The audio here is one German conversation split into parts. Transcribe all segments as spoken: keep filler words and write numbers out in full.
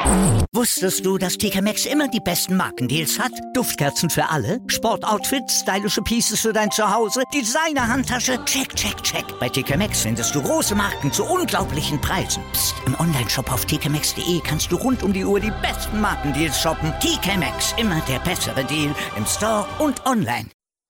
Wusstest du, dass T K Maxx immer die besten Markendeals hat? Duftkerzen für alle, Sportoutfits, stylische Pieces für dein Zuhause, Designer-Handtasche, check, check, check. Bei T K Maxx findest du große Marken zu unglaublichen Preisen. Psst. Im Onlineshop auf t k maxx punkt d e kannst du rund um die Uhr die besten Markendeals shoppen. T K Maxx, immer der bessere Deal im Store und online.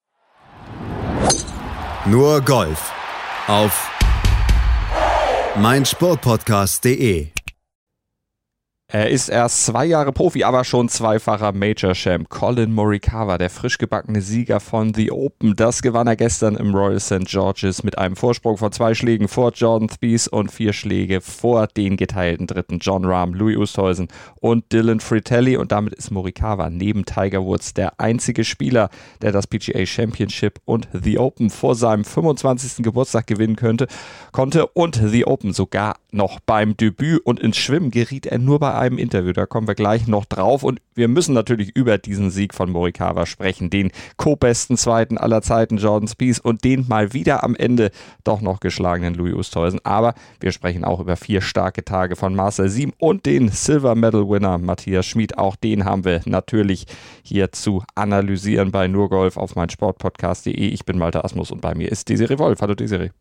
Nur Golf auf meinsportpodcast punkt de. Er ist erst zwei Jahre Profi, aber schon zweifacher Major-Champ. Collin Morikawa, der frisch gebackene Sieger von The Open. Das gewann er gestern im Royal Sankt George's mit einem Vorsprung von zwei Schlägen vor Jordan Spieth und vier Schläge vor den geteilten Dritten Jon Rahm, Louis Oosthuizen und Dylan Frittelli. Und damit ist Morikawa neben Tiger Woods der einzige Spieler, der das P G A Championship und The Open vor seinem fünfundzwanzigsten Geburtstag gewinnen könnte, konnte und The Open sogar noch beim Debüt. Und ins Schwimmen geriet er nur bei einem Interview, da kommen wir gleich noch drauf, und wir müssen natürlich über diesen Sieg von Morikawa sprechen, den co-besten Zweiten aller Zeiten Jordan Spieth und den mal wieder am Ende doch noch geschlagenen Louis Oosthuizen, aber wir sprechen auch über vier starke Tage von Marcel Siem und den Silver Medal Winner Matthias Schmid, auch den haben wir natürlich hier zu analysieren bei Nur Golf auf meinsportpodcast punkt de. Ich bin Malte Asmus und bei mir ist Desiree Wolf. Hallo Desiree.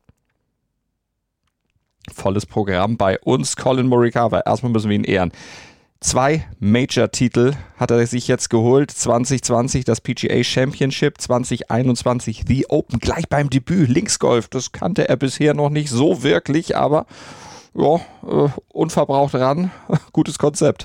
Volles Programm bei uns. Collin Morikawa, erstmal müssen wir ihn ehren. Zwei Major-Titel hat er sich jetzt geholt. zwanzig zwanzig das P G A Championship, zwanzig einundzwanzig The Open, gleich beim Debüt. Linksgolf, das kannte er bisher noch nicht so wirklich, aber ja, äh, unverbraucht ran. Gutes Konzept.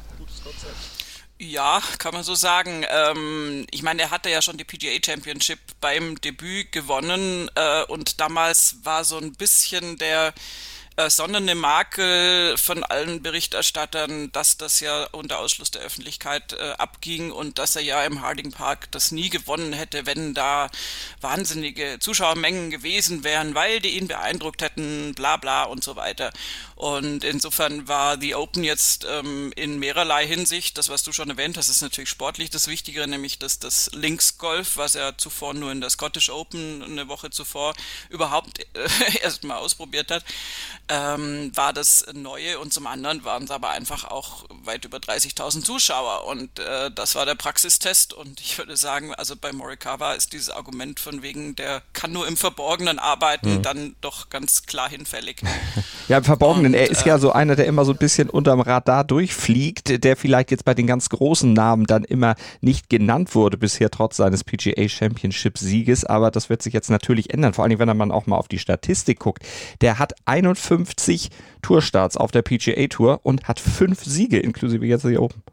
Ja, kann man so sagen. Ähm, ich meine, er hatte ja schon die P G A Championship beim Debüt gewonnen äh, und damals war so ein bisschen der Äh, sondern Makel von allen Berichterstattern, dass das ja unter Ausschluss der Öffentlichkeit äh, abging und dass er ja im Harding Park das nie gewonnen hätte, wenn da wahnsinnige Zuschauermengen gewesen wären, weil die ihn beeindruckt hätten, bla bla und so weiter. Und insofern war The Open jetzt ähm, in mehrerlei Hinsicht, das was du schon erwähnt hast, ist natürlich sportlich das Wichtigere, nämlich dass das Linksgolf, was er zuvor nur in der Scottish Open eine Woche zuvor überhaupt äh, erstmal ausprobiert hat, Ähm, war das Neue, und zum anderen waren es aber einfach auch weit über dreißigtausend Zuschauer und äh, das war der Praxistest, und ich würde sagen, also bei Morikawa ist dieses Argument von wegen, der kann nur im Verborgenen arbeiten, mhm. dann doch ganz klar hinfällig. Ja, im Verborgenen, und, er ist äh, ja so einer, der immer so ein bisschen unterm Radar durchfliegt, der vielleicht jetzt bei den ganz großen Namen dann immer nicht genannt wurde bisher, trotz seines P G A Championship Sieges, aber das wird sich jetzt natürlich ändern, vor allem wenn man auch mal auf die Statistik guckt. Der hat einundfünfzig Tourstarts auf der P G A Tour und hat fünf Siege, inklusive jetzt die Open.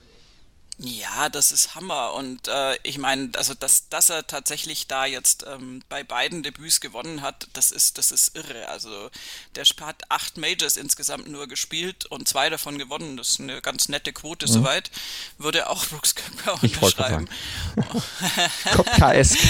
Ja, das ist Hammer, und äh, ich meine, also dass, dass er tatsächlich da jetzt ähm, bei beiden Debüts gewonnen hat, das ist das ist irre. Also der hat acht Majors insgesamt nur gespielt und zwei davon gewonnen. Das ist eine ganz nette Quote, mhm. soweit. Würde auch Brooks Koepka unterschreiben. Koepka-esk.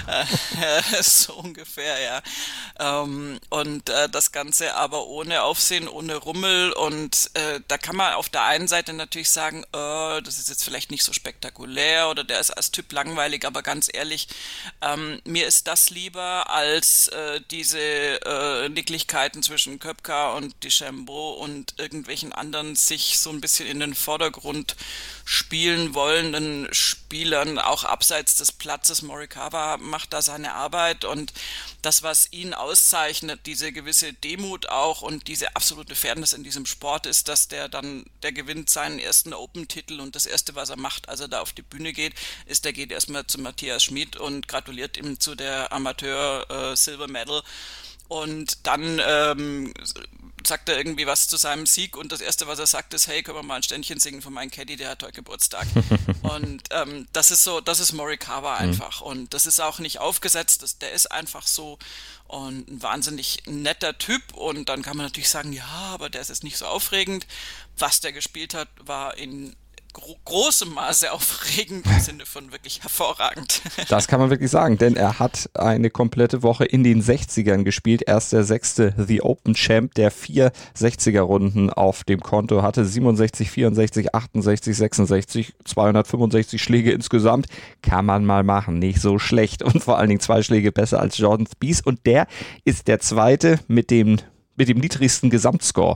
So ungefähr, ja. Ähm, und äh, das Ganze aber ohne Aufsehen, ohne Rummel, und äh, da kann man auf der einen Seite natürlich sagen, äh, das ist jetzt vielleicht nicht so spektakulär oder der ist als Typ langweilig, aber ganz ehrlich, ähm, mir ist das lieber als äh, diese äh, Nicklichkeiten zwischen Koepka und DeChambeau und irgendwelchen anderen sich so ein bisschen in den Vordergrund spielen wollenden Spielern, auch abseits des Platzes. Morikawa macht da seine Arbeit, und das, was ihn auszeichnet, diese gewisse Demut auch und diese absolute Fairness in diesem Sport, ist, dass der dann, der gewinnt seinen ersten Open-Titel, und das erste, was er macht, als er da auf die Bühne geht, ist, er geht erstmal zu Matthias Schmid und gratuliert ihm zu der Amateur äh, Silver Medal, und dann ähm, sagt er irgendwie was zu seinem Sieg, und das Erste, was er sagt, ist, hey, können wir mal ein Ständchen singen von meinem Caddy, der hat heute Geburtstag. Und ähm, das ist so, das ist Morikawa einfach, mhm. und das ist auch nicht aufgesetzt, das, der ist einfach so und ein wahnsinnig netter Typ, und dann kann man natürlich sagen, ja, aber der ist jetzt nicht so aufregend. Was der gespielt hat, war in gro- großem Maße aufregend, im Sinne von wirklich hervorragend. Das kann man wirklich sagen, denn er hat eine komplette Woche in den sechzigern gespielt. Erst der sechste The Open Champ, der vier sechziger-Runden auf dem Konto hatte. siebenundsechzig, vierundsechzig, achtundsechzig, sechsundsechzig, zweihundertfünfundsechzig Schläge insgesamt. Kann man mal machen, nicht so schlecht. Und vor allen Dingen zwei Schläge besser als Jordan Spieth. Und der ist der Zweite mit dem, mit dem niedrigsten Gesamtscore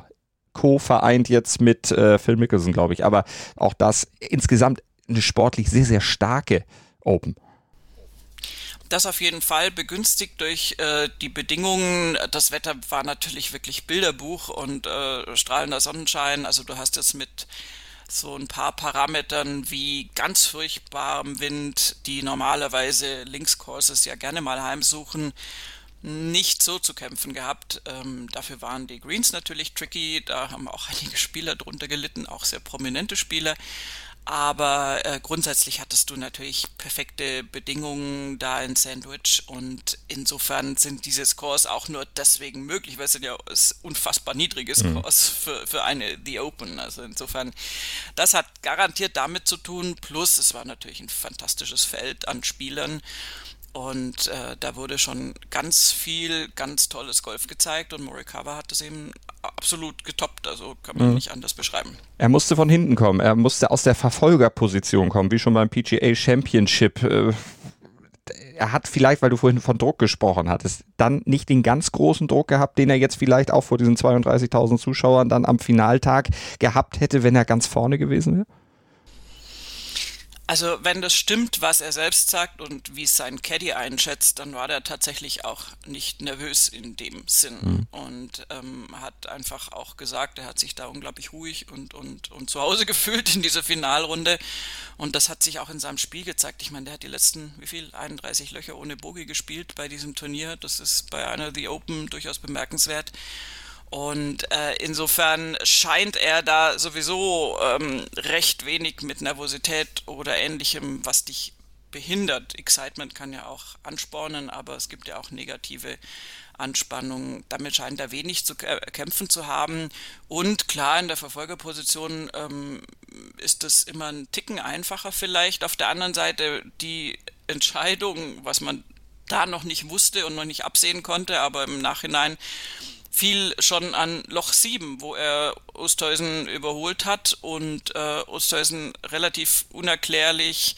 co-vereint jetzt mit äh, Phil Mickelson, glaube ich. Aber auch das insgesamt eine sportlich sehr, sehr starke Open. Das auf jeden Fall, begünstigt durch äh, die Bedingungen. Das Wetter war natürlich wirklich Bilderbuch und äh, strahlender Sonnenschein. Also du hast jetzt mit so ein paar Parametern wie ganz furchtbarem Wind, die normalerweise Linkscourses ja gerne mal heimsuchen, nicht so zu kämpfen gehabt. Ähm, dafür waren die Greens natürlich tricky. Da haben auch einige Spieler drunter gelitten, auch sehr prominente Spieler. Aber äh, grundsätzlich hattest du natürlich perfekte Bedingungen da in Sandwich und insofern sind diese Scores auch nur deswegen möglich, weil es sind ja unfassbar niedrige Scores mhm. für, für eine The Open. Also insofern, das hat garantiert damit zu tun, plus es war natürlich ein fantastisches Feld an Spielern. Und äh, da wurde schon ganz viel, ganz tolles Golf gezeigt und Morikawa hat das eben absolut getoppt, also kann man mhm. nicht anders beschreiben. Er musste von hinten kommen, er musste aus der Verfolgerposition kommen, wie schon beim P G A Championship. Er hat vielleicht, weil du vorhin von Druck gesprochen hattest, dann nicht den ganz großen Druck gehabt, den er jetzt vielleicht auch vor diesen zweiunddreißigtausend Zuschauern dann am Finaltag gehabt hätte, wenn er ganz vorne gewesen wäre? Also wenn das stimmt, was er selbst sagt und wie es sein Caddy einschätzt, dann war der tatsächlich auch nicht nervös in dem Sinn mhm. und ähm, hat einfach auch gesagt, er hat sich da unglaublich ruhig und, und, und zu Hause gefühlt in dieser Finalrunde und das hat sich auch in seinem Spiel gezeigt. Ich meine, der hat die letzten, wie viel, einunddreißig Löcher ohne Bogey gespielt bei diesem Turnier. Das ist bei einer The Open durchaus bemerkenswert. Und äh, insofern scheint er da sowieso ähm, recht wenig mit Nervosität oder Ähnlichem, was dich behindert. Excitement kann ja auch anspornen, aber es gibt ja auch negative Anspannung. Damit scheint er wenig zu äh, kämpfen zu haben. Und klar, in der Verfolgerposition ähm, ist es immer ein Ticken einfacher vielleicht. Auf der anderen Seite die Entscheidung, was man da noch nicht wusste und noch nicht absehen konnte, aber im Nachhinein fiel schon an Loch sieben, wo er Oosthuizen überholt hat und äh, Oosthuizen relativ unerklärlich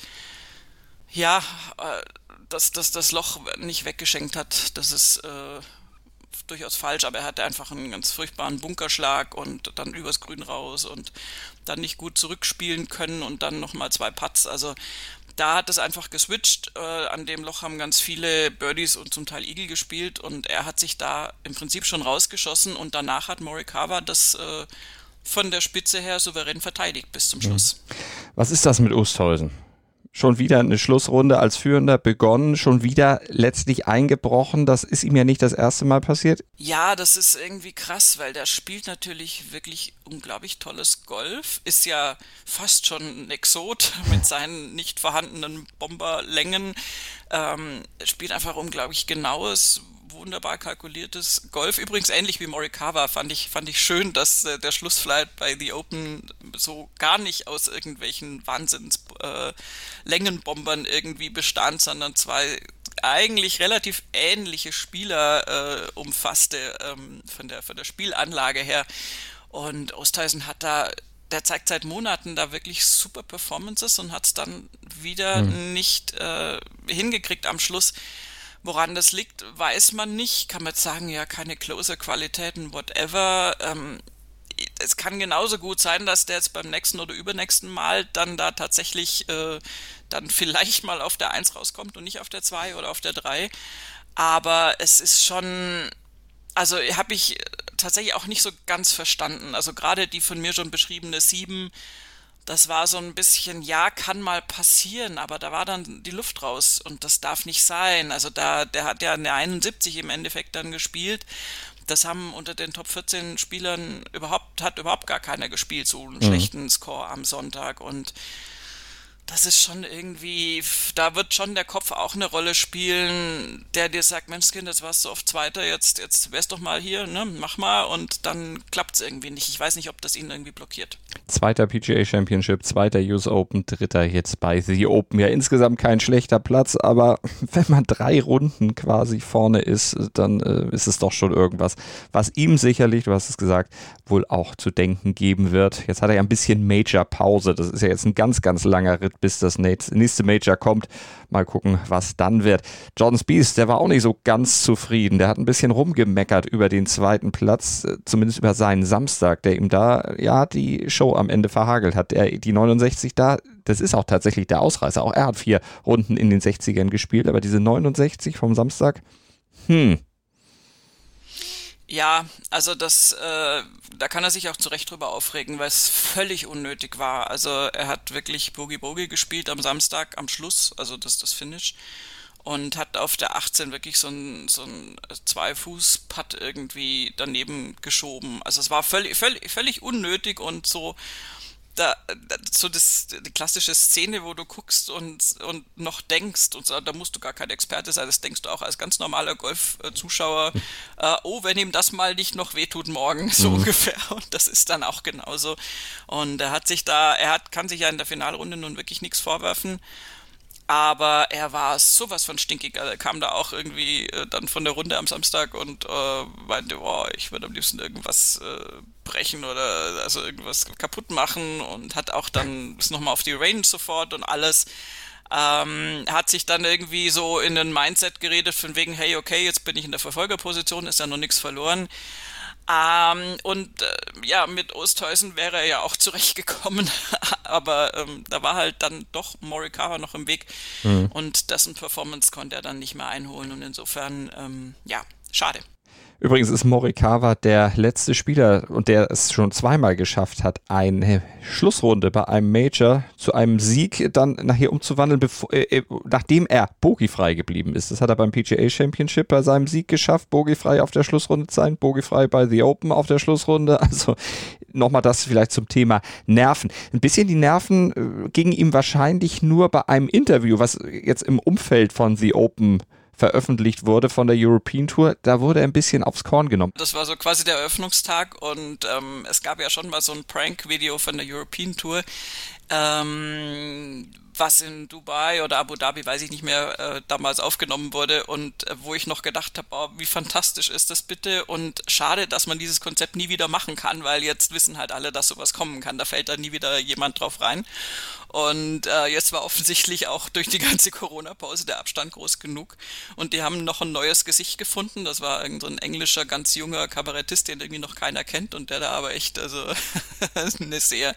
ja, äh, dass das, das Loch nicht weggeschenkt hat. Das ist äh, durchaus falsch, aber er hatte einfach einen ganz furchtbaren Bunkerschlag und dann übers Grün raus und dann nicht gut zurückspielen können und dann nochmal zwei Putts. Also da hat es einfach geswitcht. Äh, an dem Loch haben ganz viele Birdies und zum Teil Eagle gespielt und er hat sich da im Prinzip schon rausgeschossen und danach hat Morikawa das äh, von der Spitze her souverän verteidigt bis zum Schluss. Was ist das mit Oosthuizen? Schon wieder eine Schlussrunde als Führender begonnen, schon wieder letztlich eingebrochen. Das ist ihm ja nicht das erste Mal passiert. Ja, das ist irgendwie krass, weil der spielt natürlich wirklich unglaublich tolles Golf. Ist ja fast schon ein Exot mit seinen nicht vorhandenen Bomberlängen. Ähm, spielt einfach unglaublich genaues, wunderbar kalkuliertes Golf. Übrigens ähnlich wie Morikawa fand ich, fand ich schön, dass äh, der Schlussflight bei The Open so gar nicht aus irgendwelchen Wahnsinns äh, Längenbombern irgendwie bestand, sondern zwei eigentlich relativ ähnliche Spieler äh, umfasste ähm, von der, von der Spielanlage her. Und Oosthuizen hat da, der zeigt seit Monaten da wirklich super Performances und hat es dann wieder hm. nicht äh, hingekriegt am Schluss. Woran das liegt, weiß man nicht. Kann man jetzt sagen, ja, keine Closer-Qualitäten, whatever. Ähm, es kann genauso gut sein, dass der jetzt beim nächsten oder übernächsten Mal dann da tatsächlich äh, dann vielleicht mal auf der eins rauskommt und nicht auf der zwei oder auf der drei. Aber es ist schon, also habe ich tatsächlich auch nicht so ganz verstanden. Also gerade die von mir schon beschriebene sieben, das war so ein bisschen, ja, kann mal passieren, aber da war dann die Luft raus und das darf nicht sein. Also da, der hat ja eine einundsiebzig im Endeffekt dann gespielt. Das haben unter den Top vierzehn Spielern überhaupt, hat überhaupt gar keiner gespielt, so einen mhm. schlechten Score am Sonntag und das ist schon irgendwie, da wird schon der Kopf auch eine Rolle spielen, der dir sagt, Mensch Kind, jetzt warst du oft Zweiter, jetzt, jetzt wärst doch mal hier, ne, mach mal und dann klappt es irgendwie nicht. Ich weiß nicht, ob das ihn irgendwie blockiert. Zweiter P G A Championship, zweiter U S Open, dritter jetzt bei The Open. Ja, insgesamt kein schlechter Platz, aber wenn man drei Runden quasi vorne ist, dann äh, ist es doch schon irgendwas, was ihm sicherlich, du hast es gesagt, wohl auch zu denken geben wird. Jetzt hat er ja ein bisschen Major-Pause, das ist ja jetzt ein ganz, ganz langer Ritt bis das nächste Major kommt. Mal gucken, was dann wird. Jordan Spieth, der war auch nicht so ganz zufrieden. Der hat ein bisschen rumgemeckert über den zweiten Platz, zumindest über seinen Samstag, der ihm da ja die Show am Ende verhagelt hat. Der, die neunundsechzig da, das ist auch tatsächlich der Ausreißer. Auch er hat vier Runden in den sechzigern gespielt, aber diese neunundsechzig vom Samstag, hm. Ja, also das, äh, da kann er sich auch zu Recht drüber aufregen, weil es völlig unnötig war. Also er hat wirklich Boogie-Boogie gespielt am Samstag, am Schluss, also das das Finish, und hat auf der achtzehn wirklich so ein, so ein Zwei-Fuß-Putt irgendwie daneben geschoben. Also es war völlig, völlig, völlig unnötig und so, da, da so das, die klassische Szene, wo du guckst und, und noch denkst, und so, da musst du gar kein Experte sein, das denkst du auch als ganz normaler Golf-Zuschauer, äh, oh, wenn ihm das mal nicht noch wehtut morgen, so mhm. ungefähr, und das ist dann auch genauso. Und er hat sich da, er hat, kann sich ja in der Finalrunde nun wirklich nichts vorwerfen, aber er war sowas von stinkig. Er kam da auch irgendwie äh, dann von der Runde am Samstag und äh, meinte, boah, ich würde am liebsten irgendwas äh, brechen oder also irgendwas kaputt machen, und hat auch dann ist nochmal auf die Range sofort und alles. Ähm, hat sich dann irgendwie so in ein Mindset geredet von wegen, hey, okay, jetzt bin ich in der Verfolgerposition, ist ja noch nichts verloren. Ähm, und äh, ja, mit Oosthuizen wäre er ja auch zurechtgekommen, aber ähm, da war halt dann doch Morikawa noch im Weg, mhm. und dessen Performance konnte er dann nicht mehr einholen, und insofern, ähm, ja, schade. Übrigens ist Morikawa der letzte Spieler, und der es schon zweimal geschafft hat, eine Schlussrunde bei einem Major zu einem Sieg dann nachher umzuwandeln, bevor, äh, nachdem er bogiefrei geblieben ist. Das hat er beim P G A Championship bei seinem Sieg geschafft, bogiefrei auf der Schlussrunde zu sein, bogiefrei bei The Open auf der Schlussrunde. Also nochmal das vielleicht zum Thema Nerven. Ein bisschen die Nerven äh, gingen ihm wahrscheinlich nur bei einem Interview, was jetzt im Umfeld von The Open veröffentlicht wurde von der European Tour, da wurde er ein bisschen aufs Korn genommen. Das war so quasi der Eröffnungstag, und ähm, es gab ja schon mal so ein Prank-Video von der European Tour, ähm, was in Dubai oder Abu Dhabi, weiß ich nicht mehr, äh, damals aufgenommen wurde, und äh, wo ich noch gedacht habe, oh, wie fantastisch ist das bitte, und schade, dass man dieses Konzept nie wieder machen kann, weil jetzt wissen halt alle, dass sowas kommen kann, da fällt da nie wieder jemand drauf rein. Und äh, jetzt war offensichtlich auch durch die ganze Corona-Pause der Abstand groß genug, und die haben noch ein neues Gesicht gefunden. Das war irgend so ein englischer, ganz junger Kabarettist, den irgendwie noch keiner kennt, und der da aber echt also eine sehr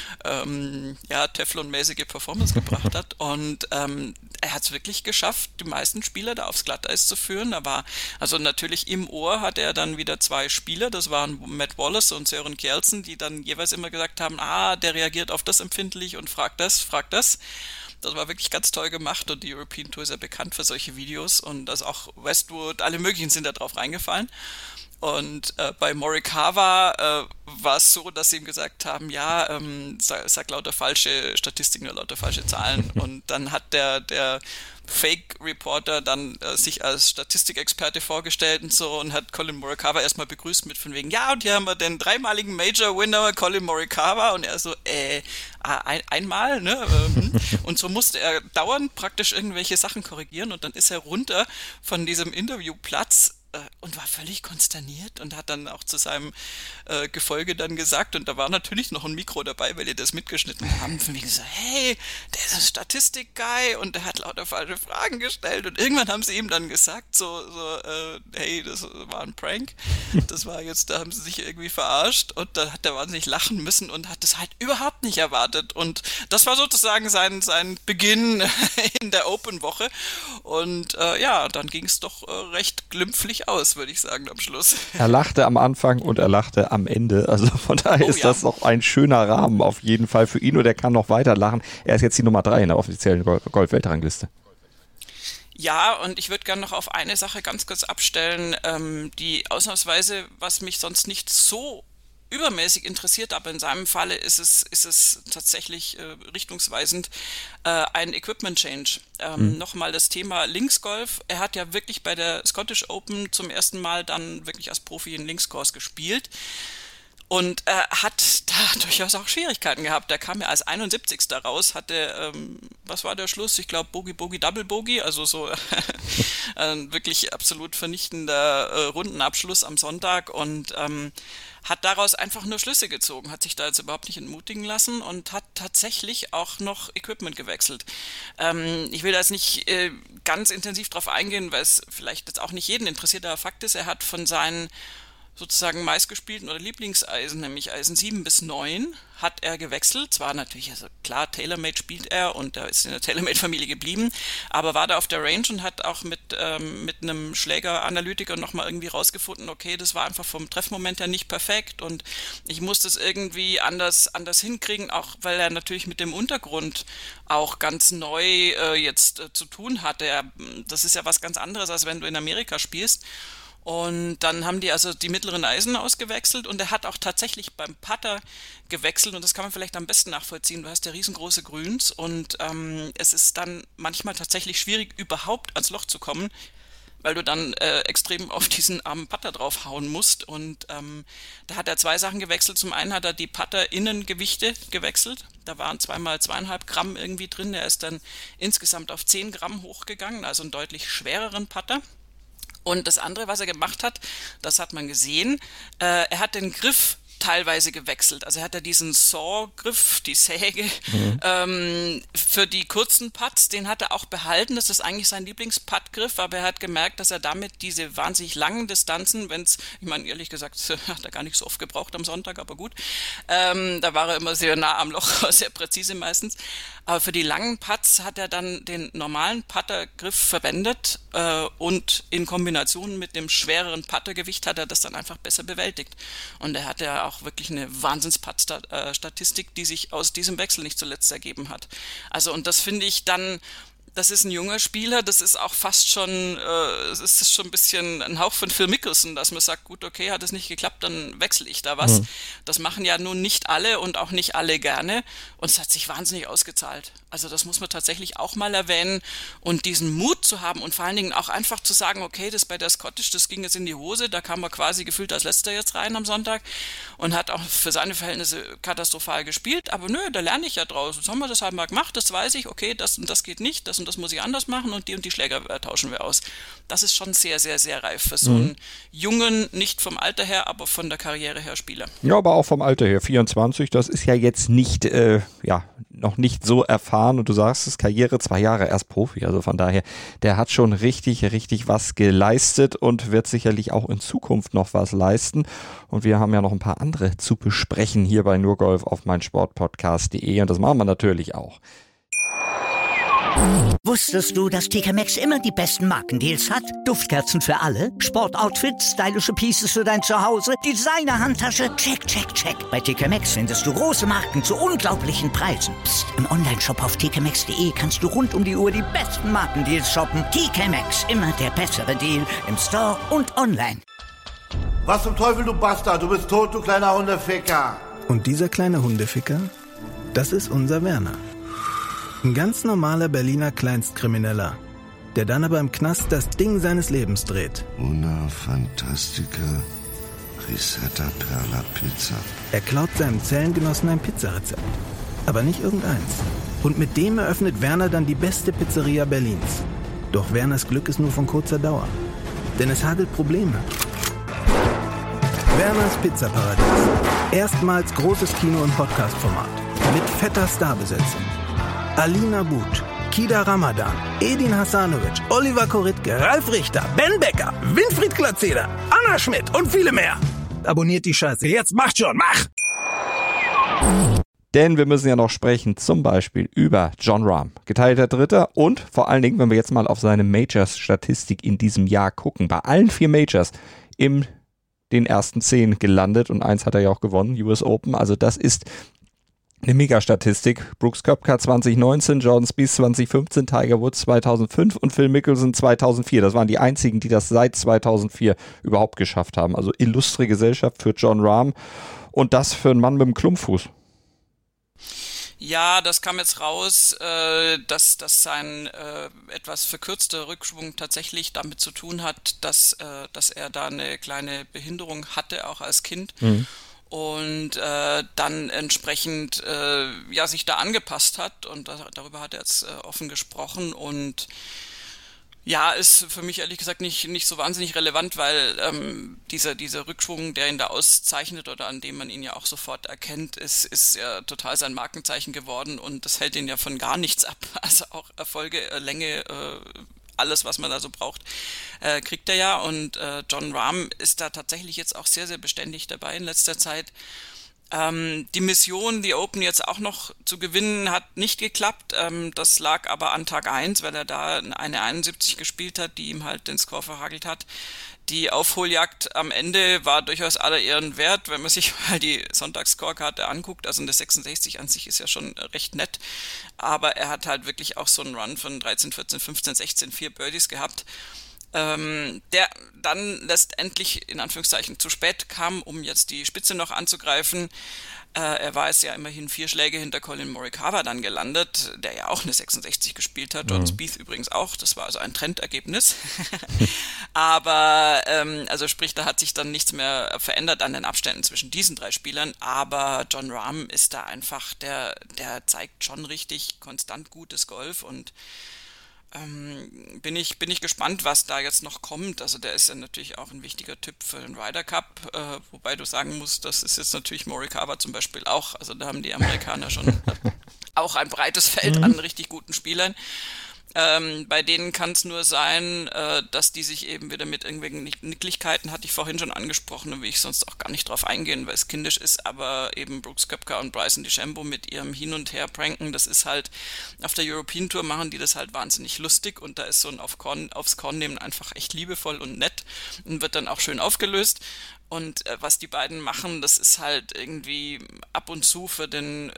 ähm, ja, Teflon-mäßige Performance gebracht hat. Und ähm, er hat es wirklich geschafft, die meisten Spieler da aufs Glatteis zu führen. Da war, also natürlich im Ohr hatte er dann wieder zwei Spieler, das waren Matt Wallace und Søren Kjeldsen, die dann jeweils immer gesagt haben, ah, der reagiert auf das empfindlich und fragt das, fragt das. Das war wirklich ganz toll gemacht, und die European Tour ist ja bekannt für solche Videos, und das auch Westwood, alle möglichen sind da drauf reingefallen. Und äh, bei Morikawa äh, war es so, dass sie ihm gesagt haben, ja, ähm, sag, sag lauter falsche Statistiken oder lauter falsche Zahlen. Und dann hat der, der Fake-Reporter dann äh, sich als Statistikexperte vorgestellt und so, und hat Colin Morikawa erstmal begrüßt mit von wegen, ja, und hier haben wir den dreimaligen Major-Winner Colin Morikawa, und er so, äh, ein, einmal, ne? Und so musste er dauernd praktisch irgendwelche Sachen korrigieren, und dann ist er runter von diesem Interviewplatz und war völlig konsterniert und hat dann auch zu seinem äh, Gefolge dann gesagt, und da war natürlich noch ein Mikro dabei, weil die das mitgeschnitten haben, von wegen so, hey, der ist ein Statistik-Guy, und der hat lauter falsche Fragen gestellt, und irgendwann haben sie ihm dann gesagt, so, so äh, hey, das war ein Prank, das war jetzt, da haben sie sich irgendwie verarscht, und da hat er wahnsinnig lachen müssen und hat das halt überhaupt nicht erwartet, und das war sozusagen sein, sein Beginn in der Open-Woche, und äh, ja, dann ging es doch äh, recht glimpflich aus, würde ich sagen, am Schluss. Er lachte am Anfang und er lachte am Ende. Also von daher oh, ist ja. das noch ein schöner Rahmen auf jeden Fall für ihn, und er kann noch weiter lachen. Er ist jetzt die Nummer drei in der offiziellen Golf-Weltrangliste. Ja, und ich würde gerne noch auf eine Sache ganz kurz abstellen, ähm, die ausnahmsweise, was mich sonst nicht so übermäßig interessiert, aber in seinem Falle ist es, ist es tatsächlich äh, richtungsweisend äh, ein Equipment Change. Ähm, mhm. Nochmal das Thema Linksgolf. Er hat ja wirklich bei der Scottish Open zum ersten Mal dann wirklich als Profi in Linkskurs gespielt. Und äh, hat da durchaus auch Schwierigkeiten gehabt. Der kam ja als einundsiebzigster raus, hatte, ähm, was war der Schluss? Ich glaube Bogey, Bogey, Double Bogey, also so ein wirklich absolut vernichtender äh, Rundenabschluss am Sonntag und ähm, hat daraus einfach nur Schlüsse gezogen, hat sich da jetzt überhaupt nicht entmutigen lassen und hat tatsächlich auch noch Equipment gewechselt. Ähm, ich will da jetzt nicht äh, ganz intensiv drauf eingehen, weil es vielleicht jetzt auch nicht jeden interessiert, aber Fakt ist, er hat von seinen sozusagen meistgespielten oder Lieblingseisen, nämlich Eisen sieben bis neun, hat er gewechselt. Zwar natürlich, also klar, TaylorMade spielt er und er ist in der TaylorMade-Familie geblieben, aber war da auf der Range und hat auch mit, ähm, mit einem Schlägeranalytiker nochmal irgendwie rausgefunden, okay, das war einfach vom Treffmoment her nicht perfekt und ich musste es irgendwie anders, anders hinkriegen, auch weil er natürlich mit dem Untergrund auch ganz neu äh, jetzt äh, zu tun hatte. Er, das ist ja was ganz anderes, als wenn du in Amerika spielst. Und dann haben die also die mittleren Eisen ausgewechselt und er hat auch tatsächlich beim Putter gewechselt und das kann man vielleicht am besten nachvollziehen. Du hast ja riesengroße Grüns und ähm, es ist dann manchmal tatsächlich schwierig, überhaupt ans Loch zu kommen, weil du dann äh, extrem auf diesen armen Putter draufhauen musst. Und ähm, da hat er zwei Sachen gewechselt. Zum einen hat er die Putter-Innengewichte gewechselt. Da waren zweimal zweieinhalb Gramm irgendwie drin. Er ist dann insgesamt auf zehn Gramm hochgegangen, also einen deutlich schwereren Putter. Und das andere, was er gemacht hat, das hat man gesehen, äh, er hat den Griff teilweise gewechselt. Also er hat ja diesen Saw-Griff, die Säge, mhm. ähm, für die kurzen Putts, den hat er auch behalten. Das ist eigentlich sein Lieblings-Putt-Griff, aber er hat gemerkt, dass er damit diese wahnsinnig langen Distanzen, wenn es, ich meine, ehrlich gesagt, hat er gar nicht so oft gebraucht am Sonntag, aber gut, ähm, da war er immer sehr nah am Loch, sehr präzise meistens. Aber für die langen Putts hat er dann den normalen Puttergriff verwendet äh, und in Kombination mit dem schwereren Puttergewicht hat er das dann einfach besser bewältigt. Und er hatte ja auch wirklich eine Wahnsinns-Putt-Statistik, die sich aus diesem Wechsel nicht zuletzt ergeben hat. Also und das finde ich dann, das ist ein junger Spieler, das ist auch fast schon, äh, es ist schon ein bisschen ein Hauch von Phil Mickelson, dass man sagt, gut, okay, hat es nicht geklappt, dann wechsle ich da was. Mhm. Das machen ja nun nicht alle und auch nicht alle gerne und es hat sich wahnsinnig ausgezahlt. Also das muss man tatsächlich auch mal erwähnen und diesen Mut zu haben und vor allen Dingen auch einfach zu sagen, okay, das bei der Scottish, das ging jetzt in die Hose, da kam er quasi gefühlt als Letzter jetzt rein am Sonntag und hat auch für seine Verhältnisse katastrophal gespielt, aber nö, da lerne ich ja draus. Jetzt haben wir das halt mal gemacht, das weiß ich, okay, das und das geht nicht, das und das muss ich anders machen und die und die Schläger äh, tauschen wir aus. Das ist schon sehr, sehr, sehr reif für so einen mhm. jungen, nicht vom Alter her, aber von der Karriere her Spieler. Ja, aber auch vom Alter her, vierundzwanzig, das ist ja jetzt nicht, äh, ja, noch nicht so erfahren und du sagst es, Karriere, zwei Jahre erst Profi, also von daher, der hat schon richtig, richtig was geleistet und wird sicherlich auch in Zukunft noch was leisten und wir haben ja noch ein paar andere zu besprechen hier bei Nur Golf auf meinsportpodcast punkt de und das machen wir natürlich auch. Wusstest du, dass T K Maxx immer die besten Markendeals hat? Duftkerzen für alle, Sportoutfits, stylische Pieces für dein Zuhause, Designer-Handtasche, check, check, check. Bei T K Maxx findest du große Marken zu unglaublichen Preisen. Psst. Im Onlineshop auf t k maxx punkt de kannst du rund um die Uhr die besten Markendeals shoppen. T K Maxx, immer der bessere Deal im Store und online. Was zum Teufel, du Bastard, du bist tot, du kleiner Hundeficker. Und dieser kleine Hundeficker, das ist unser Werner. Ein ganz normaler Berliner Kleinstkrimineller, der dann aber im Knast das Ding seines Lebens dreht. Una Fantastica Risetta Perla Pizza. Er klaut seinem Zellengenossen ein Pizzarezept, aber nicht irgendeins. Und mit dem eröffnet Werner dann die beste Pizzeria Berlins. Doch Werners Glück ist nur von kurzer Dauer, denn es hagelt Probleme. Werners Pizzaparadies. Erstmals großes Kino- und Podcast-Format. Mit fetter Starbesetzung. Alina But, Kida Ramadan, Edin Hasanovic, Oliver Koritke, Ralf Richter, Ben Becker, Winfried Glatzeder, Anna Schmidt und viele mehr. Abonniert die Scheiße. Jetzt macht schon, mach! Denn wir müssen ja noch sprechen, zum Beispiel über Jon Rahm, geteilter Dritter und vor allen Dingen, wenn wir jetzt mal auf seine Majors-Statistik in diesem Jahr gucken, bei allen vier Majors in den ersten zehn gelandet und eins hat er ja auch gewonnen, U S Open, also das ist eine Mega-Statistik. Brooks Koepka zwanzig neunzehn, Jordan Spieth zwanzig fünfzehn, Tiger Woods zweitausendfünf und Phil Mickelson zweitausendvier. Das waren die einzigen, die das seit zweitausendvier überhaupt geschafft haben. Also illustre Gesellschaft für Jon Rahm und das für einen Mann mit einem Klumpfuß. Ja, das kam jetzt raus, äh, dass, dass sein äh, etwas verkürzter Rückschwung tatsächlich damit zu tun hat, dass, äh, dass er da eine kleine Behinderung hatte, auch als Kind. Mhm. und äh, dann entsprechend äh, ja sich da angepasst hat und da, darüber hat er jetzt äh, offen gesprochen und ja, ist für mich ehrlich gesagt nicht nicht so wahnsinnig relevant, weil ähm, dieser dieser Rückschwung, der ihn da auszeichnet oder an dem man ihn ja auch sofort erkennt, ist ist ja total sein Markenzeichen geworden und das hält ihn ja von gar nichts ab. Also auch Erfolge, äh, Länge, äh, alles, was man da so braucht, äh, kriegt er ja und äh, Jon Rahm ist da tatsächlich jetzt auch sehr, sehr beständig dabei in letzter Zeit. Ähm, die Mission, die Open jetzt auch noch zu gewinnen, hat nicht geklappt. Ähm, das lag aber an Tag eins, weil er da eine einundsiebzig gespielt hat, die ihm halt den Score verhagelt hat. Die Aufholjagd am Ende war durchaus aller Ehren wert, wenn man sich mal die Sonntagsscorekarte anguckt. Also eine sechsundsechzig an sich ist ja schon recht nett. Aber er hat halt wirklich auch so einen Run von dreizehn, vierzehn, fünfzehn, sechzehn, vier Birdies gehabt. Ähm, der dann letztendlich in Anführungszeichen zu spät kam, um jetzt die Spitze noch anzugreifen. Äh, er war es ja immerhin vier Schläge hinter Collin Morikawa dann gelandet, der ja auch eine sechsundsechzig gespielt hat, Jordan mhm. Spieth übrigens auch, das war also ein Trendergebnis. aber, ähm, also sprich, da hat sich dann nichts mehr verändert an den Abständen zwischen diesen drei Spielern, aber Jon Rahm ist da einfach, der, der zeigt schon richtig konstant gutes Golf und Ähm, bin ich bin ich gespannt, was da jetzt noch kommt. Also der ist ja natürlich auch ein wichtiger Typ für den Ryder Cup, äh, wobei du sagen musst, das ist jetzt natürlich Morikawa zum Beispiel auch. Also da haben die Amerikaner schon auch ein breites Feld an richtig guten Spielern. Ähm, bei denen kann es nur sein, äh, dass die sich eben wieder mit irgendwelchen Nicklichkeiten, hatte ich vorhin schon angesprochen und will ich sonst auch gar nicht drauf eingehen, weil es kindisch ist, aber eben Brooks Koepka und Bryson DeChambeau mit ihrem Hin- und Her-Pranken, das ist halt, auf der European Tour machen die das halt wahnsinnig lustig und da ist so ein auf Korn, aufs Korn nehmen einfach echt liebevoll und nett und wird dann auch schön aufgelöst. Und äh, was die beiden machen, das ist halt irgendwie ab und zu für den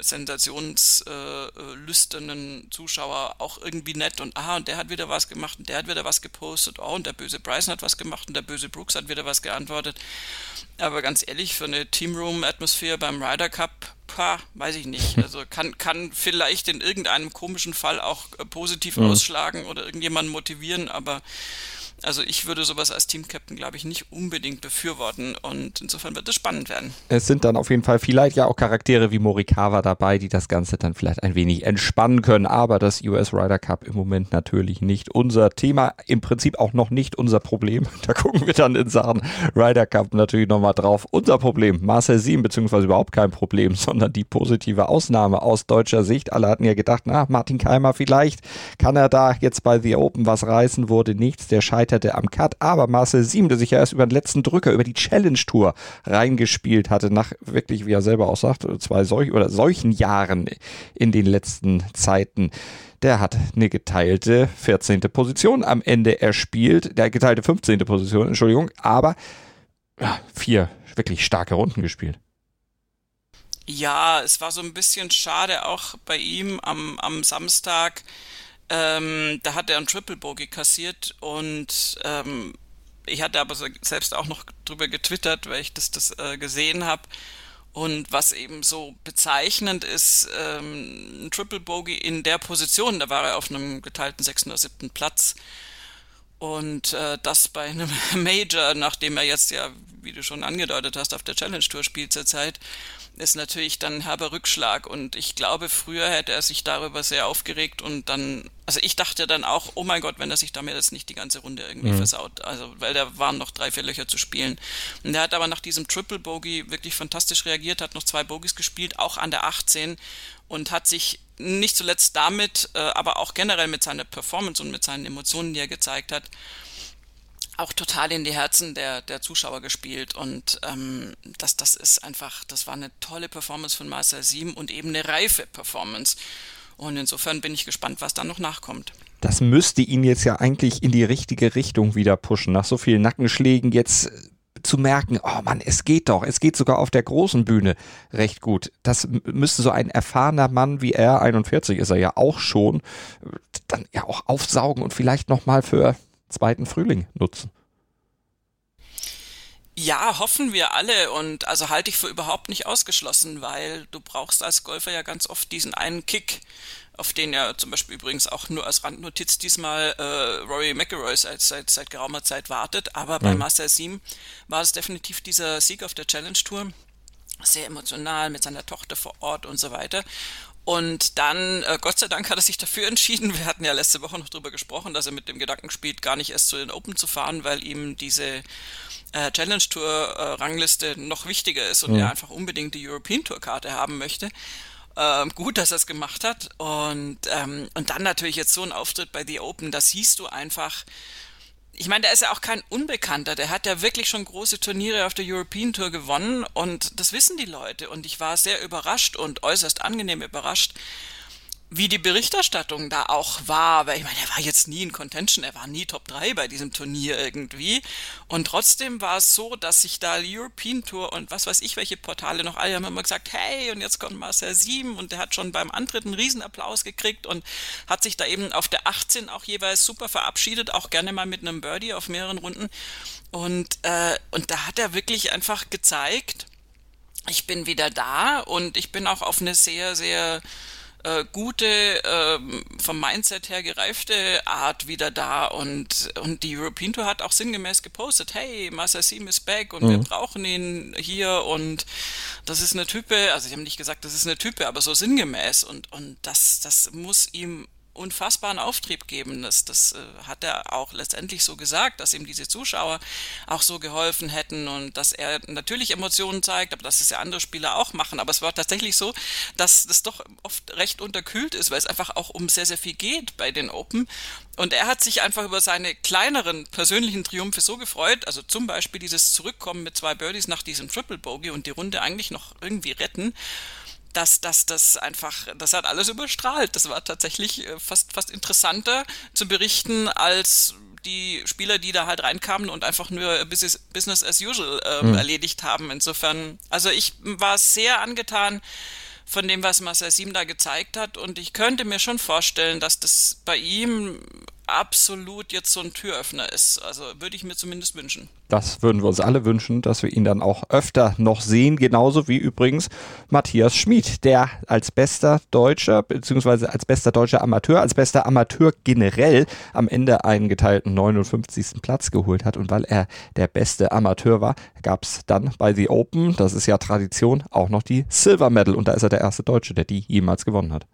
sensationslüsternen äh, Zuschauer auch irgendwie nett und aha, und der hat wieder was gemacht und der hat wieder was gepostet, oh, und der böse Bryson hat was gemacht und der böse Brooks hat wieder was geantwortet. Aber ganz ehrlich, für eine Teamroom-Atmosphäre beim Ryder Cup, pah, weiß ich nicht. Also kann, kann vielleicht in irgendeinem komischen Fall auch äh, positiv mhm. ausschlagen oder irgendjemanden motivieren, aber also ich würde sowas als Team-Captain, glaube ich, nicht unbedingt befürworten und insofern wird es spannend werden. Es sind dann auf jeden Fall vielleicht ja auch Charaktere wie Morikawa dabei, die das Ganze dann vielleicht ein wenig entspannen können, aber das U S Ryder Cup im Moment natürlich nicht unser Thema, im Prinzip auch noch nicht unser Problem. Da gucken wir dann in Sachen Ryder Cup natürlich nochmal drauf. Unser Problem, Marcel Siem, beziehungsweise überhaupt kein Problem, sondern die positive Ausnahme aus deutscher Sicht. Alle hatten ja gedacht, na, Martin Keimer vielleicht, kann er da jetzt bei The Open was reißen, wurde nichts, der scheiterte am Cut, aber Marcel Siem, der sich ja erst über den letzten Drücker, über die Challenge Tour reingespielt hatte, nach wirklich, wie er selber auch sagt, zwei solch, oder solchen Jahren in den letzten Zeiten, der hat eine geteilte vierzehnte Position am Ende erspielt, der geteilte fünfzehnte Position, Entschuldigung, aber ja, vier wirklich starke Runden gespielt. Ja, es war so ein bisschen schade auch bei ihm am, am Samstag. Ähm, da hat er einen Triple Bogey kassiert und ähm, ich hatte aber so selbst auch noch drüber getwittert, weil ich das, das äh, gesehen habe. Und was eben so bezeichnend ist, ähm, ein Triple Bogey in der Position, da war er auf einem geteilten sechsten oder siebten Platz. Und äh, das bei einem Major, nachdem er jetzt ja, wie du schon angedeutet hast, auf der Challenge Tour spielt zurzeit, ist natürlich dann ein herber Rückschlag und ich glaube, früher hätte er sich darüber sehr aufgeregt und dann, also ich dachte dann auch, oh mein Gott, wenn er sich damit jetzt nicht die ganze Runde irgendwie mhm. versaut, also weil da waren noch drei, vier Löcher zu spielen. Und er hat aber nach diesem Triple Bogey wirklich fantastisch reagiert, hat noch zwei Bogies gespielt, auch an der achtzehn und hat sich nicht zuletzt damit, äh, aber auch generell mit seiner Performance und mit seinen Emotionen, die er gezeigt hat, auch total in die Herzen der, der Zuschauer gespielt und ähm, das, das ist einfach, das war eine tolle Performance von Marcel Siem und eben eine reife Performance und insofern bin ich gespannt, was da noch nachkommt. Das müsste ihn jetzt ja eigentlich in die richtige Richtung wieder pushen, nach so vielen Nackenschlägen jetzt zu merken, oh Mann, es geht doch, es geht sogar auf der großen Bühne recht gut. Das müsste so ein erfahrener Mann wie er, einundvierzig ist er ja auch schon, dann ja auch aufsaugen und vielleicht nochmal für zweiten Frühling nutzen. Ja, hoffen wir alle und also halte ich für überhaupt nicht ausgeschlossen, weil du brauchst als Golfer ja ganz oft diesen einen Kick, auf den ja zum Beispiel übrigens auch nur als Randnotiz diesmal äh, Rory McIlroy seit, seit, seit geraumer Zeit wartet, aber bei mhm. Marcel Siem war es definitiv dieser Sieg auf der Challenge Tour. sehr emotional mit seiner Tochter vor Ort und so weiter. Und dann, äh, Gott sei Dank, hat er sich dafür entschieden. Wir hatten ja letzte Woche noch drüber gesprochen, dass er mit dem Gedanken spielt, gar nicht erst zu den Open zu fahren, weil ihm diese äh, Challenge Tour äh, Rangliste noch wichtiger ist und mhm. er einfach unbedingt die European Tour Karte haben möchte. Ähm, gut, dass er es gemacht hat. Und, ähm, und dann natürlich jetzt so ein Auftritt bei The Open, da siehst du einfach, ich meine, der ist ja auch kein Unbekannter, der hat ja wirklich schon große Turniere auf der European Tour gewonnen und das wissen die Leute und ich war sehr überrascht und äußerst angenehm überrascht, wie die Berichterstattung da auch war, weil ich meine, er war jetzt nie in Contention, er war nie Top drei bei diesem Turnier irgendwie und trotzdem war es so, dass sich da die European Tour und was weiß ich, welche Portale noch, alle haben immer gesagt, hey, und jetzt kommt Marcel Sieben und der hat schon beim Antritt einen Riesenapplaus gekriegt und hat sich da eben auf der achtzehn auch jeweils super verabschiedet, auch gerne mal mit einem Birdie auf mehreren Runden und, äh, und da hat er wirklich einfach gezeigt, ich bin wieder da und ich bin auch auf eine sehr, sehr Äh, gute, äh, vom Mindset her gereifte Art wieder da und, und die European Tour hat auch sinngemäß gepostet, hey, Marcel Sieben ist back und mhm. wir brauchen ihn hier und das ist eine Type, also sie haben nicht gesagt, das ist eine Type, aber so sinngemäß und, und das, das muss ihm unfassbaren Auftrieb geben. Das, das äh, hat er auch letztendlich so gesagt, dass ihm diese Zuschauer auch so geholfen hätten und dass er natürlich Emotionen zeigt, aber dass es ja andere Spieler auch machen. Aber es war tatsächlich so, dass das doch oft recht unterkühlt ist, weil es einfach auch um sehr, sehr viel geht bei den Open. Und er hat sich einfach über seine kleineren persönlichen Triumphe so gefreut, also zum Beispiel dieses Zurückkommen mit zwei Birdies nach diesem Triple Bogey und die Runde eigentlich noch irgendwie retten, dass das das einfach, das hat alles überstrahlt. Das war tatsächlich fast fast interessanter zu berichten als die Spieler, die da halt reinkamen und einfach nur Business, Business as usual ähm, mhm. erledigt haben. Insofern, also ich war sehr angetan von dem, was Marcel Sieben da gezeigt hat und ich könnte mir schon vorstellen, dass das bei ihm absolut jetzt so ein Türöffner ist. Also würde ich mir zumindest wünschen. Das würden wir uns alle wünschen, dass wir ihn dann auch öfter noch sehen, genauso wie übrigens Matthias Schmid, der als bester Deutscher, beziehungsweise als bester deutscher Amateur, als bester Amateur generell am Ende einen geteilten neunundfünfzigsten Platz geholt hat. Und weil er der beste Amateur war, gab es dann bei The Open, das ist ja Tradition, auch noch die Silver Medal. Und da ist er der erste Deutsche, der die jemals gewonnen hat.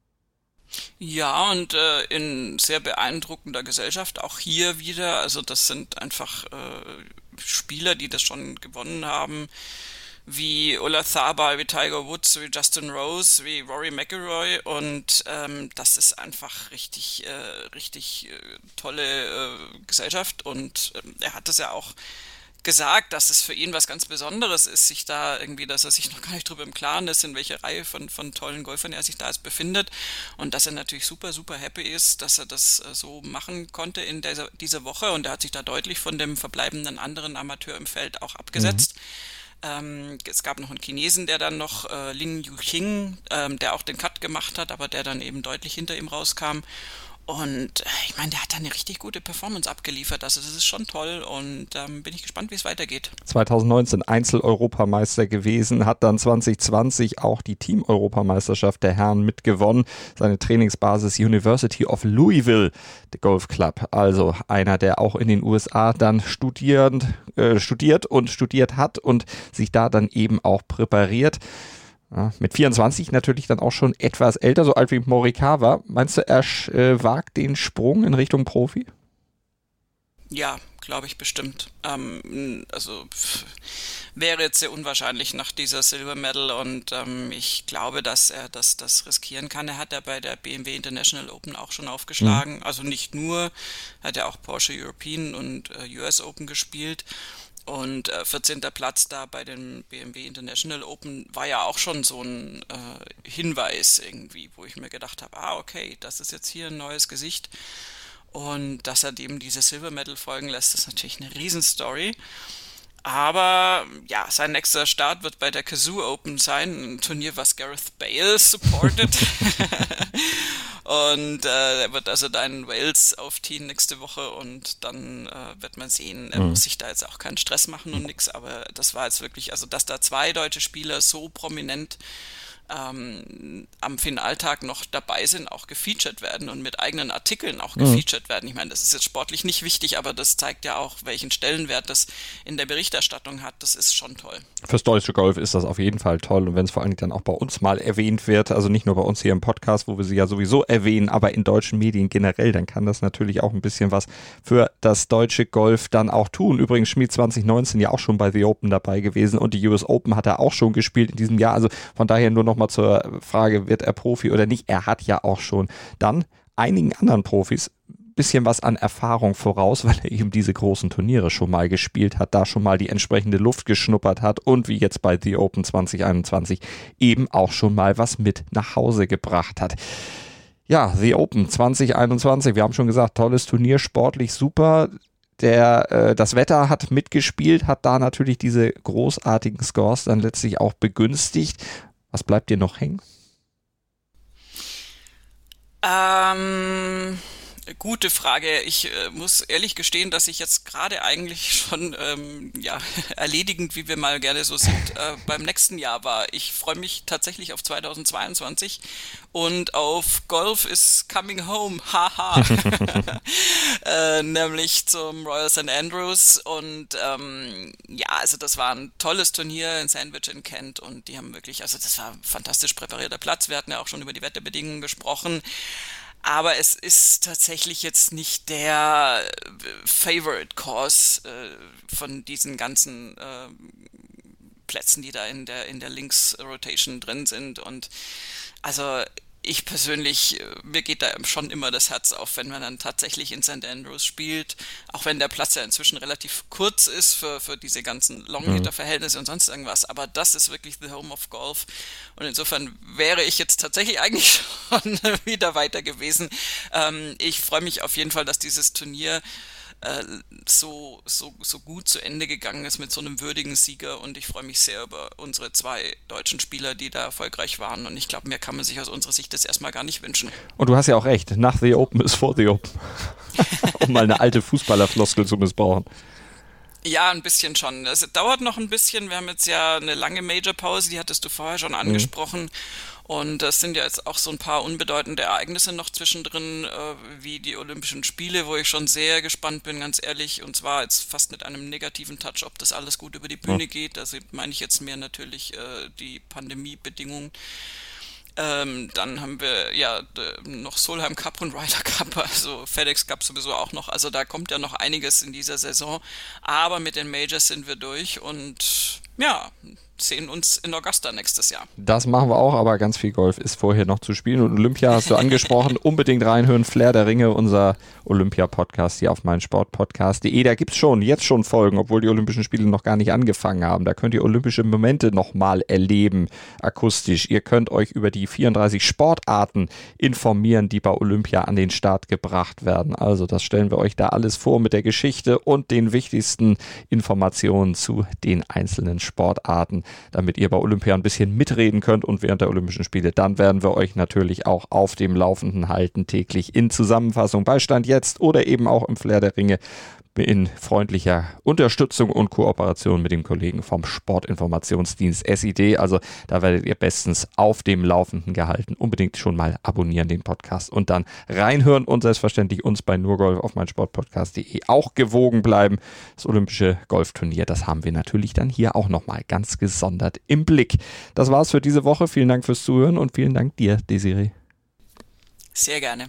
Ja, und äh, in sehr beeindruckender Gesellschaft, auch hier wieder, also das sind einfach äh, Spieler, die das schon gewonnen haben, wie Ola Tharbal, wie Tiger Woods, wie Justin Rose, wie Rory McIlroy und ähm, das ist einfach richtig, äh, richtig äh, tolle äh, Gesellschaft und äh, er hat das ja auch gesagt, dass es für ihn was ganz Besonderes ist, sich da irgendwie, dass er sich noch gar nicht drüber im Klaren ist, in welcher Reihe von, von tollen Golfern er sich da jetzt befindet und dass er natürlich super, super happy ist, dass er das äh, so machen konnte in dieser, dieser Woche und er hat sich da deutlich von dem verbleibenden anderen Amateur im Feld auch abgesetzt. Mhm. Ähm, es gab noch einen Chinesen, der dann noch, äh, Lin Yuqing, ähm, der auch den Cut gemacht hat, aber der dann eben deutlich hinter ihm rauskam. Und ich meine, der hat da eine richtig gute Performance abgeliefert, also das ist schon toll und ähm, bin ich gespannt, wie es weitergeht. zwanzig neunzehn Einzel-Europameister gewesen, hat dann zwanzig zwanzig auch die Team-Europameisterschaft der Herren mitgewonnen. Seine Trainingsbasis University of Louisville, der Golf Club, also einer, der auch in den U S A dann studierend, äh, studiert und studiert hat und sich da dann eben auch präpariert. Ja, mit vierundzwanzig natürlich dann auch schon etwas älter, so alt wie Morikawa. Meinst du, er äh, wagt den Sprung in Richtung Profi? Ja, glaube ich bestimmt. Ähm, also pff, wäre jetzt sehr unwahrscheinlich nach dieser Silver Medal und ähm, ich glaube, dass er das, das riskieren kann. Er hat ja bei der B M W International Open auch schon aufgeschlagen. Mhm. Also nicht nur, hat er auch Porsche European und äh, U S Open gespielt. Und äh, vierzehnter Platz da bei den B M W International Open war ja auch schon so ein äh, Hinweis irgendwie, wo ich mir gedacht habe, ah okay, das ist jetzt hier ein neues Gesicht. Und dass er dem diese Silver Medal folgen lässt, ist natürlich eine Riesenstory. Aber ja, sein nächster Start wird bei der Kazoo Open sein, ein Turnier, was Gareth Bale supportet. Und äh, er wird also da in Wales aufziehen nächste Woche und dann äh, wird man sehen, er mhm. muss sich da jetzt auch keinen Stress machen und nix, aber das war jetzt wirklich, also dass da zwei deutsche Spieler so prominent ähm, am Finaltag noch dabei sind, auch gefeatured werden und mit eigenen Artikeln auch gefeatured mhm. werden. Ich meine, das ist jetzt sportlich nicht wichtig, aber das zeigt ja auch, welchen Stellenwert das in der Berichterstattung hat. Das ist schon toll. Fürs deutsche Golf ist das auf jeden Fall toll und wenn es vor allen Dingen dann auch bei uns mal erwähnt wird, also nicht nur bei uns hier im Podcast, wo wir sie ja sowieso erwähnen, aber in deutschen Medien generell, dann kann das natürlich auch ein bisschen was für das deutsche Golf dann auch tun. Übrigens Schmid zwanzig neunzehn ja auch schon bei The Open dabei gewesen und die U S Open hat er auch schon gespielt in diesem Jahr. Also von daher nur noch mal zur Frage, wird er Profi oder nicht? Er hat ja auch schon dann einigen anderen Profis ein bisschen was an Erfahrung voraus, weil er eben diese großen Turniere schon mal gespielt hat, da schon mal die entsprechende Luft geschnuppert hat und wie jetzt bei The Open zwanzig einundzwanzig eben auch schon mal was mit nach Hause gebracht hat. Ja, The Open zwanzig einundzwanzig, wir haben schon gesagt, tolles Turnier, sportlich super. Der, äh, das Wetter hat mitgespielt, hat da natürlich diese großartigen Scores dann letztlich auch begünstigt. Was bleibt dir noch hängen? Ähm, gute Frage. Ich äh, muss ehrlich gestehen, dass ich jetzt gerade eigentlich schon ähm, ja, erledigend, wie wir mal gerne so sind, äh, beim nächsten Jahr war. Ich freue mich tatsächlich auf zweitausendzweiundzwanzig und auf Golf is coming home, haha, äh, nämlich zum Royal Saint Andrews und ähm, ja, also das war ein tolles Turnier in Sandwich in Kent und die haben wirklich, also das war ein fantastisch präparierter Platz, wir hatten ja auch schon über die Wetterbedingungen gesprochen. Aber es ist tatsächlich jetzt nicht der Favorite Course äh, von diesen ganzen äh, Plätzen, die da in der in der Links Rotation drin sind. Und also ich persönlich, mir geht da schon immer das Herz auf, wenn man dann tatsächlich in Saint Andrews spielt, auch wenn der Platz ja inzwischen relativ kurz ist für, für diese ganzen Longhitter-Verhältnisse und sonst irgendwas, aber das ist wirklich the home of golf und insofern wäre ich jetzt tatsächlich eigentlich schon wieder weiter gewesen. Ähm, ich freue mich auf jeden Fall, dass dieses Turnier so, so, so gut zu Ende gegangen ist mit so einem würdigen Sieger und ich freue mich sehr über unsere zwei deutschen Spieler, die da erfolgreich waren und ich glaube, mehr kann man sich aus unserer Sicht das erstmal gar nicht wünschen. Und du hast ja auch recht, nach The Open ist vor The Open, um mal eine alte Fußballerfloskel zu missbrauchen. Ja, ein bisschen schon. Es dauert noch ein bisschen, wir haben jetzt ja eine lange Major-Pause, die hattest du vorher schon angesprochen. Mhm. Und es sind ja jetzt auch so ein paar unbedeutende Ereignisse noch zwischendrin, äh, wie die Olympischen Spiele, wo ich schon sehr gespannt bin, ganz ehrlich. Und zwar jetzt fast mit einem negativen Touch, ob das alles gut über die Bühne ja. geht. Also meine ich jetzt mehr natürlich äh, die Pandemiebedingungen. Ähm, dann haben wir ja noch Solheim Cup und Ryder Cup, also FedEx Cup sowieso auch noch. Also da kommt ja noch einiges in dieser Saison. Aber mit den Majors sind wir durch und ja, sehen uns in Augusta nächstes Jahr. Das machen wir auch, aber ganz viel Golf ist vorher noch zu spielen. Und Olympia hast du angesprochen, unbedingt reinhören. Flair der Ringe, unser Olympia-Podcast hier auf meinsportpodcast punkt de. Da gibt es schon, jetzt schon Folgen, obwohl die Olympischen Spiele noch gar nicht angefangen haben. Da könnt ihr olympische Momente nochmal erleben, akustisch. Ihr könnt euch über die vierunddreißig Sportarten informieren, die bei Olympia an den Start gebracht werden. Also das stellen wir euch da alles vor mit der Geschichte und den wichtigsten Informationen zu den einzelnen Sportarten, damit ihr bei Olympia ein bisschen mitreden könnt und während der Olympischen Spiele. Dann werden wir euch natürlich auch auf dem Laufenden halten, täglich in Zusammenfassung, Beistand jetzt oder eben auch im Flair der Ringe in freundlicher Unterstützung und Kooperation mit den Kollegen vom Sportinformationsdienst S I D. Also da werdet ihr bestens auf dem Laufenden gehalten. Unbedingt schon mal abonnieren den Podcast und dann reinhören und selbstverständlich uns bei Nurgolf auf meinsportpodcast punkt de auch gewogen bleiben. Das Olympische Golfturnier, das haben wir natürlich dann hier auch nochmal ganz gesondert im Blick. Das war's für diese Woche. Vielen Dank fürs Zuhören und vielen Dank dir, Desiree. Sehr gerne.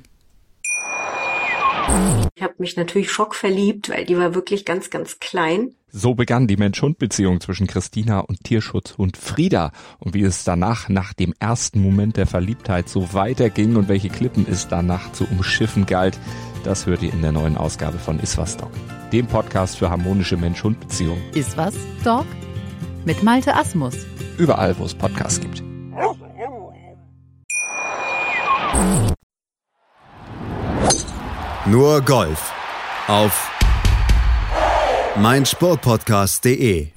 Ich habe mich natürlich schockverliebt, weil die war wirklich ganz, ganz klein. So begann die Mensch-Hund-Beziehung zwischen Christina und Tierschutzhund Frieda. Und wie es danach, nach dem ersten Moment der Verliebtheit, so weiterging und welche Klippen es danach zu umschiffen galt, das hört ihr in der neuen Ausgabe von Iswas Dog, dem Podcast für harmonische Mensch-Hund-Beziehungen. Iswas Dog mit Malte Asmus. Überall, wo es Podcasts gibt. Nur Golf auf meinsportpodcast punkt de